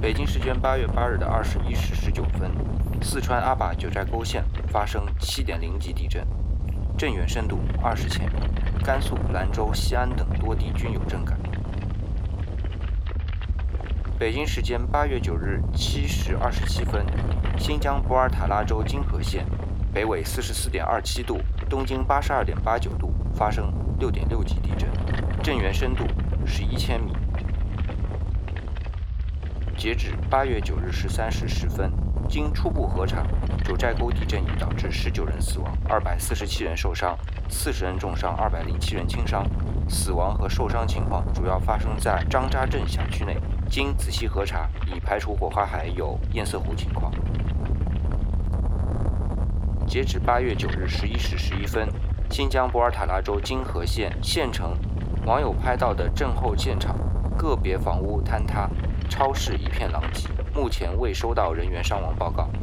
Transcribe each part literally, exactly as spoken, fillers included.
北京时间八月八日的二十一时十九分，四川阿坝九寨沟县发生七点零级地震，震源深度二十千米，甘肃兰州、西安等多地均有震感。北京时间八月九日七时二十七分，新疆博尔塔拉州金河县北纬四十四点二七度，东经八十二点八九度发生六点六级地震，震源深度十一千米。截至八月九日十三时十分，经初步核查，九寨沟地震已导致十九人死亡，二百四十七人受伤，四十人重伤，二百零七人轻伤。死亡和受伤情况主要发生在张扎镇辖区内，经仔细核查，已排除火花海有堰塞湖情况。截止八月九日十一时十一分，新疆博尔塔拉州金河县县城网友拍到的震后现场，个别房屋坍塌，超市一片狼藉，目前未收到人员伤亡报告。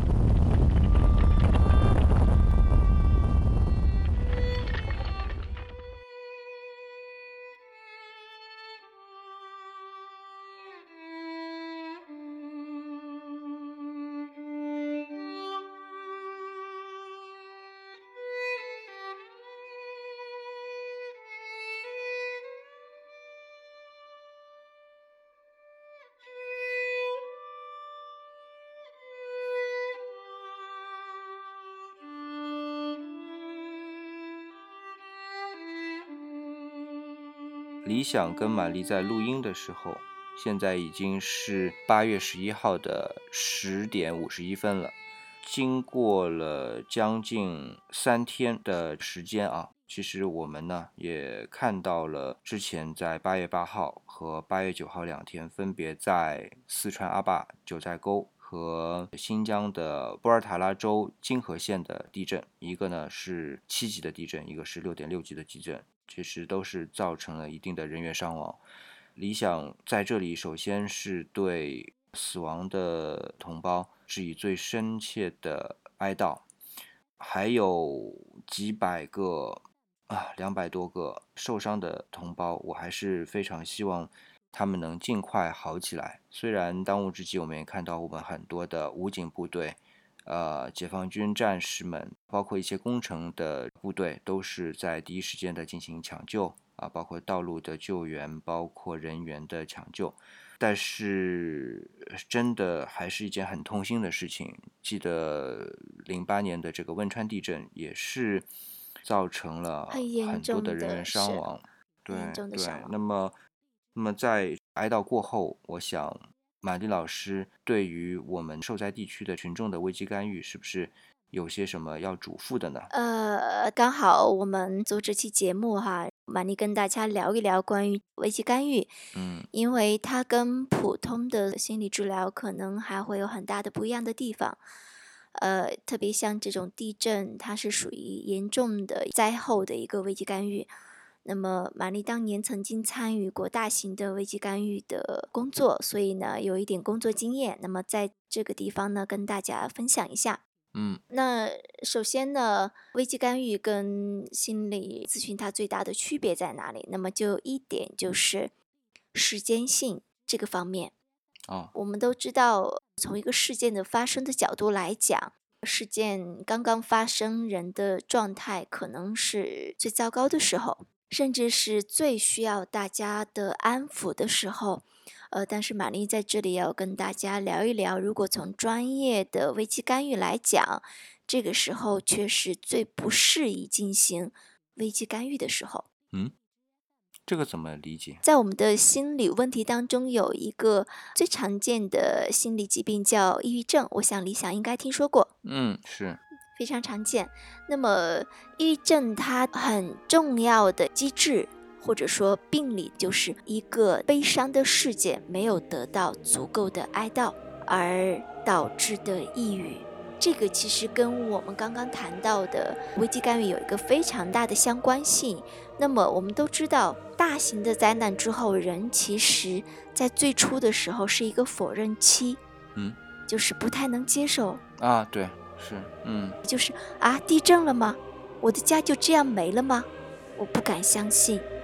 理想跟玛丽在录音的时候，现在已经是八月十一号的十点五十一分了。经过了将近三天的时间啊，其实我们呢也看到了之前在八月八号和八月九号两天，分别在四川阿坝、九寨沟和新疆的博尔塔拉州金河县的地震，一个呢是七级的地震，一个是六点六级的地震，其实都是造成了一定的人员伤亡。理想在这里首先是对死亡的同胞致以最深切的哀悼，还有几百个啊，两百多个受伤的同胞，我还是非常希望他们能尽快好起来。虽然当务之急，我们也看到我们很多的武警部队、呃，解放军战士们，包括一些工程的部队，都是在第一时间的进行抢救啊，包括道路的救援，包括人员的抢救。但是真的还是一件很痛心的事情。记得零八年的这个汶川地震也是造成了很多的人员伤亡，对对。那么，那么在哀悼过后，我想玛丽老师对于我们受灾地区的群众的危机干预，是不是有些什么要嘱咐的呢？ 呃，刚好我们做这期节目哈，玛丽跟大家聊一聊关于危机干预， 嗯， 因为它跟普通的心理治疗可能还会有很大的不一样的地方。呃，特别像这种地震，它是属于严重的灾后的一个危机干预。那么玛丽当年曾经参与过大型的危机干预的工作，所以呢有一点工作经验。那么在这个地方呢，跟大家分享一下。 嗯， 那首先呢，危机干预跟心理咨询它最大的区别在哪里？那么就一点就是时间性这个方面。 哦， 我们都知道，从一个事件的发生的角度来讲，事件刚刚发生，人的状态可能是最糟糕的时候，甚至是最需要大家的安抚的时候。呃，但是玛丽在这里要跟大家聊一聊，如果从专业的危机干预来讲，这个时候却是最不适宜进行危机干预的时候。 嗯，这个怎么理解？ 在我们的心理问题当中，有一个最常见的心理疾病叫抑郁症，我想理想应该听说过。 嗯，是。 非常常见。那么抑郁症它很重要的机制或者说病理，就是一个悲伤的事件没有得到足够的哀悼而导致的抑郁。这个其实跟我们刚刚谈到的危机干预有一个非常大的相关性。那么我们都知道，大型的灾难之后，人其实在最初的时候是一个否认期， 嗯， 就是不太能接受啊，对，是，嗯， 就是啊，地震了吗？我的家就这样没了吗？我不敢相信。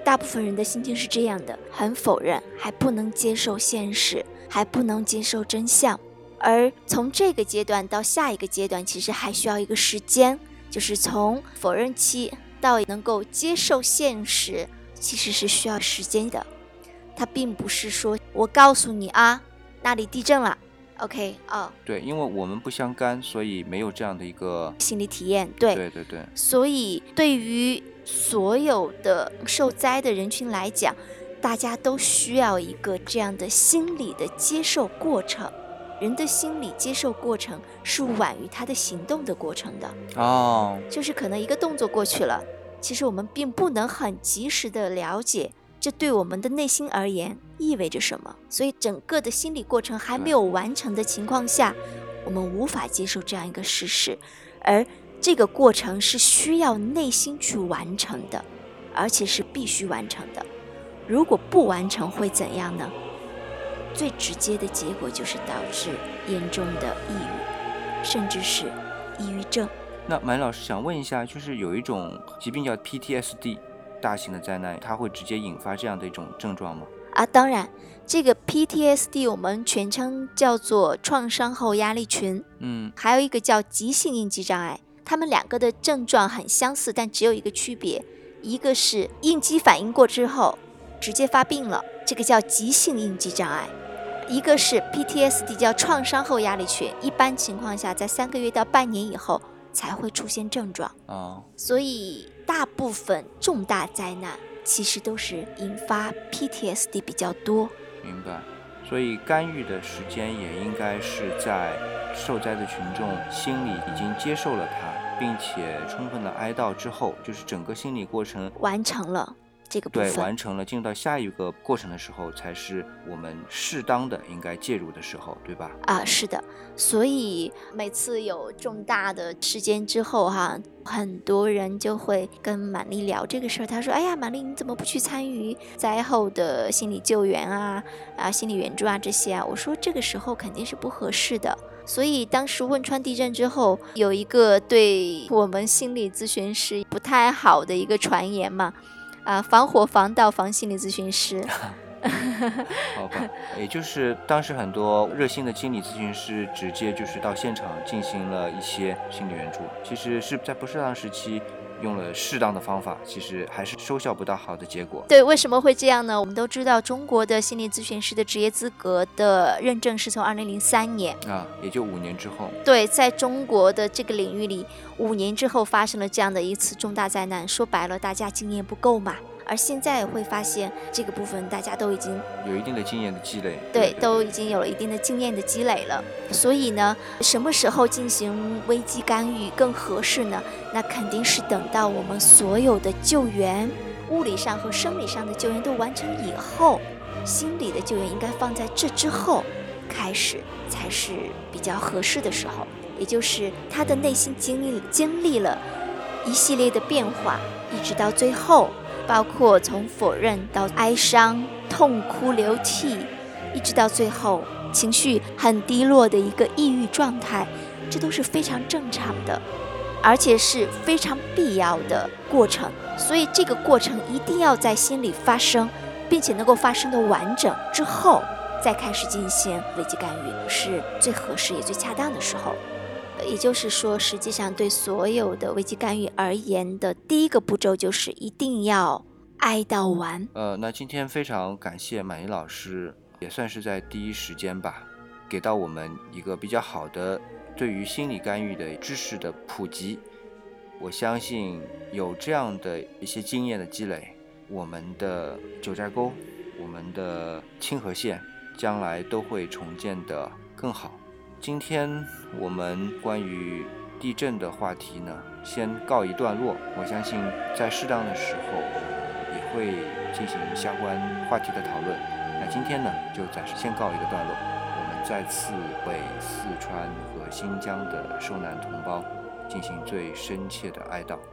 大部分人的心情是这样的，很否认，还不能接受现实，还不能接受真相。而从这个阶段到下一个阶段，其实还需要一个时间，就是从否认期到能够接受现实，其实是需要时间的。它并不是说我告诉你啊，那里地震了 OK 哦， 对，因为我们不相干，所以没有这样的一个心理体验，对对对对， 所以对于所有的受灾的人群来讲，大家都需要一个这样的心理的接受过程。人的心理接受过程是晚于他的行动的过程的。 哦， 就是可能一个动作过去了，其实我们并不能很及时的了解这对我们的内心而言意味着什么，所以整个的心理过程还没有完成的情况下，我们无法接受这样一个事实，而这个过程是需要内心去完成的，而且是必须完成的。如果不完成会怎样呢？最直接的结果就是导致严重的抑郁，甚至是抑郁症。 那满老师想问一下，就是有一种疾病叫 P T S D， 大型的灾难，它会直接引发这样的一种症状吗？ 啊，当然，这个 P T S D 我们全称叫做创伤后压力群， 嗯， 还有一个叫急性应激障碍，它们两个的症状很相似，但只有一个区别，一个是应激反应过之后直接发病了，这个叫急性应激障碍。一个是 P T S D 叫创伤后压力群，一般情况下在三个月到半年以后才会出现症状。 哦， 所以大部分重大灾难其实都是引发 P T S D 比较多。 明白。所以干预的时间也应该是在受灾的群众心里已经接受了它，并且充分的哀悼之后，就是整个心理过程完成了这个部对， 分， 完成了，进入到下一个过程的时候，才是我们适当的应该介入的时候，对吧？ 啊，是的，所以每次有重大的事件之后哈，很多人就会跟满丽聊这个事儿。他说：“哎呀，满丽，你怎么不去参与灾后的心理救援啊、啊心理援助啊这些啊？”我说这个时候肯定是不合适的。所以当时汶川地震之后，有一个对我们心理咨询师不太好的一个传言嘛。啊，防火防盗防心理咨询师， 好吧，也就是当时很多热心的心理咨询师直接就是到现场进行了一些心理援助，其实是在不适当时期用了适当的方法，其实还是收效不到好的结果。 对，为什么会这样呢？我们都知道，中国的心理咨询师的职业资格的认证是从二零零三年啊，也就五年之后。 对，在中国的这个领域里，五年之后发生了这样的一次重大灾难，说白了，大家经验不够嘛。而现在会发现，这个部分大家都已经有一定的经验的积累， 对， 对对都已经有了一定的经验的积累了。所以呢，什么时候进行危机干预更合适呢？那肯定是等到我们所有的救援，物理上和生理上的救援都完成以后，心理的救援应该放在这之后开始，才是比较合适的时候。也就是他的内心经历经历了一系列的变化，一直到最后。包括从否认到哀伤、痛哭流涕，一直到最后情绪很低落的一个抑郁状态，这都是非常正常的，而且是非常必要的过程。所以这个过程一定要在心里发生，并且能够发生的完整之后，再开始进行危机干预，是最合适也最恰当的时候。也就是说，实际上对所有的危机干预而言的第一个步骤就是一定要哀悼完。 呃，那今天非常感谢满意老师，也算是在第一时间吧，给到我们一个比较好的对于心理干预的知识的普及。我相信有这样的一些经验的积累，我们的九寨沟、我们的清河县将来都会重建得更好。今天我们关于地震的话题呢，先告一段落。我相信在适当的时候也会进行相关话题的讨论。那今天呢，就暂时先告一个段落。我们再次为四川和新疆的受难同胞进行最深切的哀悼。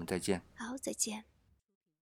再见。 好，再见。